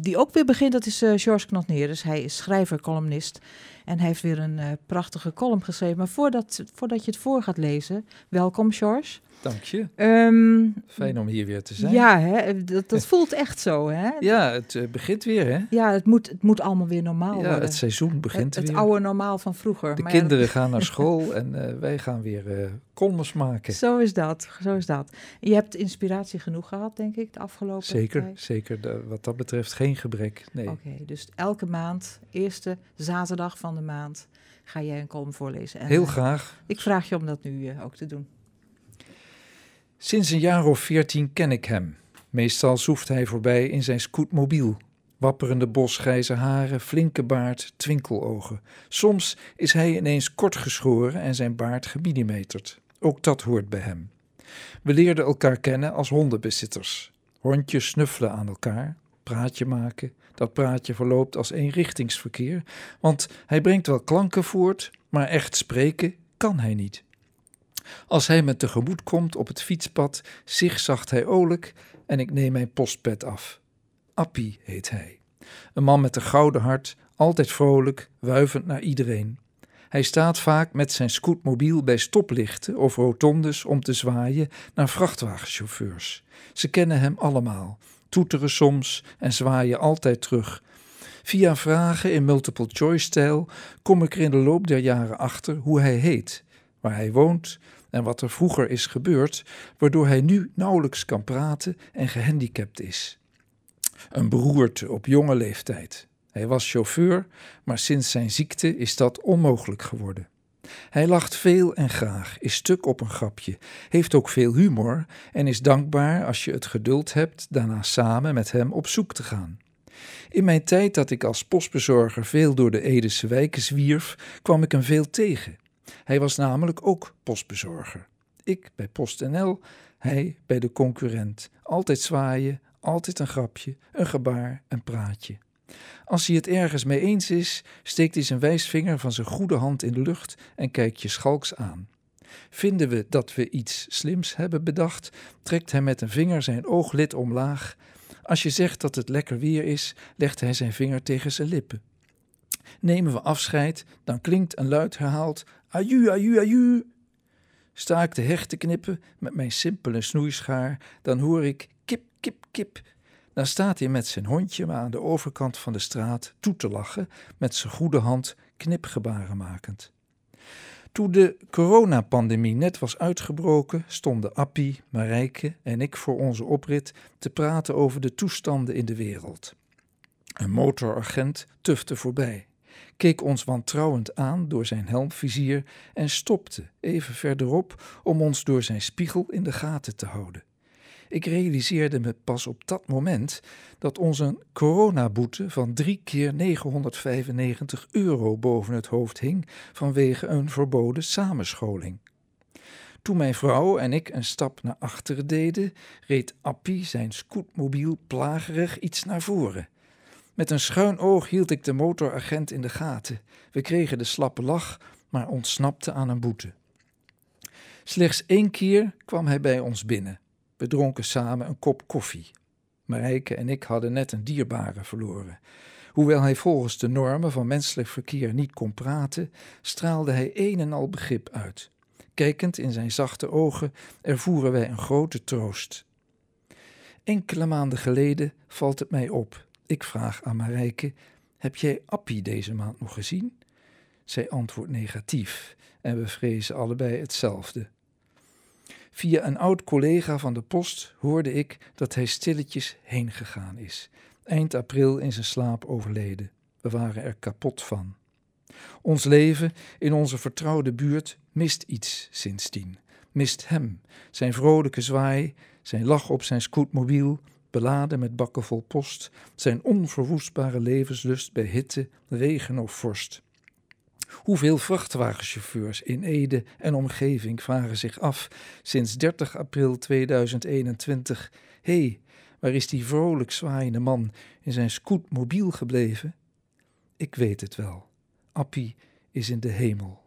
die ook weer begint, dat is Georges Knotneres. Hij is schrijver, columnist. En hij heeft weer een prachtige column geschreven. Maar voordat je het voor gaat lezen, welkom Georges. Dank je. Fijn om hier weer te zijn. Ja, hè, dat voelt echt zo. Hè? Ja, het begint weer, hè? Ja, het moet allemaal weer normaal worden. Ja, het seizoen begint weer. Het oude normaal van vroeger. De kinderen gaan naar school en wij gaan weer columns maken. Zo is dat. Je hebt inspiratie genoeg gehad, denk ik, de afgelopen tijd. Zeker. Wat dat betreft geen gebrek, nee. Oké, dus elke maand, eerste zaterdag van de maand, ga jij een column voorlezen. En, heel graag. Ik vraag je om dat nu ook te doen. Sinds een jaar of 14 ken ik hem. Meestal zoeft hij voorbij in zijn scootmobiel. Wapperende bosgrijze haren, flinke baard, twinkelogen. Soms is hij ineens kort geschoren en zijn baard gemillimeterd. Ook dat hoort bij hem. We leerden elkaar kennen als hondenbezitters. Hondjes snuffelen aan elkaar, praatje maken. Dat praatje verloopt als eenrichtingsverkeer, want hij brengt wel klanken voort, maar echt spreken kan hij niet. Als hij me tegemoet komt op het fietspad, zigzagt hij olijk en ik neem mijn postpet af. Appie heet hij. Een man met een gouden hart, altijd vrolijk, wuivend naar iedereen. Hij staat vaak met zijn scootmobiel bij stoplichten of rotondes om te zwaaien naar vrachtwagenchauffeurs. Ze kennen hem allemaal, toeteren soms en zwaaien altijd terug. Via vragen in multiple-choice-stijl kom ik er in de loop der jaren achter hoe hij heet, waar hij woont en wat er vroeger is gebeurd, waardoor hij nu nauwelijks kan praten en gehandicapt is. Een beroerte op jonge leeftijd. Hij was chauffeur, maar sinds zijn ziekte is dat onmogelijk geworden. Hij lacht veel en graag, is stuk op een grapje, heeft ook veel humor en is dankbaar als je het geduld hebt daarna samen met hem op zoek te gaan. In mijn tijd dat ik als postbezorger veel door de Edese wijken zwierf, kwam ik hem veel tegen. Hij was namelijk ook postbezorger. Ik bij PostNL, hij bij de concurrent. Altijd zwaaien, altijd een grapje, een gebaar, een praatje. Als hij het ergens mee eens is, steekt hij zijn wijsvinger van zijn goede hand in de lucht en kijkt je schalks aan. Vinden we dat we iets slims hebben bedacht, trekt hij met een vinger zijn ooglid omlaag. Als je zegt dat het lekker weer is, legt hij zijn vinger tegen zijn lippen. Nemen we afscheid, dan klinkt een luid herhaald aju, aju, aju. Sta ik de heg te knippen met mijn simpele snoeischaar, dan hoor ik kip, kip, kip. Dan staat hij met zijn hondje maar aan de overkant van de straat toe te lachen, met zijn goede hand knipgebaren makend. Toen de coronapandemie net was uitgebroken, stonden Appie, Marijke en ik voor onze oprit te praten over de toestanden in de wereld. Een motoragent tufte voorbij, keek ons wantrouwend aan door zijn helmvizier en stopte even verderop om ons door zijn spiegel in de gaten te houden. Ik realiseerde me pas op dat moment dat ons een coronaboete van 3 keer €995 boven het hoofd hing vanwege een verboden samenscholing. Toen mijn vrouw en ik een stap naar achteren deden, reed Appie zijn scootmobiel plagerig iets naar voren. Met een schuin oog hield ik de motoragent in de gaten. We kregen de slappe lach, maar ontsnapten aan een boete. Slechts 1 keer kwam hij bij ons binnen. We dronken samen een kop koffie. Marijke en ik hadden net een dierbare verloren. Hoewel hij volgens de normen van menselijk verkeer niet kon praten, straalde hij een en al begrip uit. Kijkend in zijn zachte ogen ervoeren wij een grote troost. Enkele maanden geleden valt het mij op. Ik vraag aan Marijke, heb jij Appie deze maand nog gezien? Zij antwoordt negatief en we vrezen allebei hetzelfde. Via een oud collega van de post hoorde ik dat hij stilletjes heen gegaan is. Eind april in zijn slaap overleden. We waren er kapot van. Ons leven in onze vertrouwde buurt mist iets sindsdien. Mist hem, zijn vrolijke zwaai, zijn lach op zijn scootmobiel, beladen met bakken vol post, zijn onverwoestbare levenslust bij hitte, regen of vorst. Hoeveel vrachtwagenchauffeurs in Ede en omgeving vragen zich af sinds 30 april 2021... Hé, waar is die vrolijk zwaaiende man in zijn scootmobiel gebleven? Ik weet het wel. Appie is in de hemel.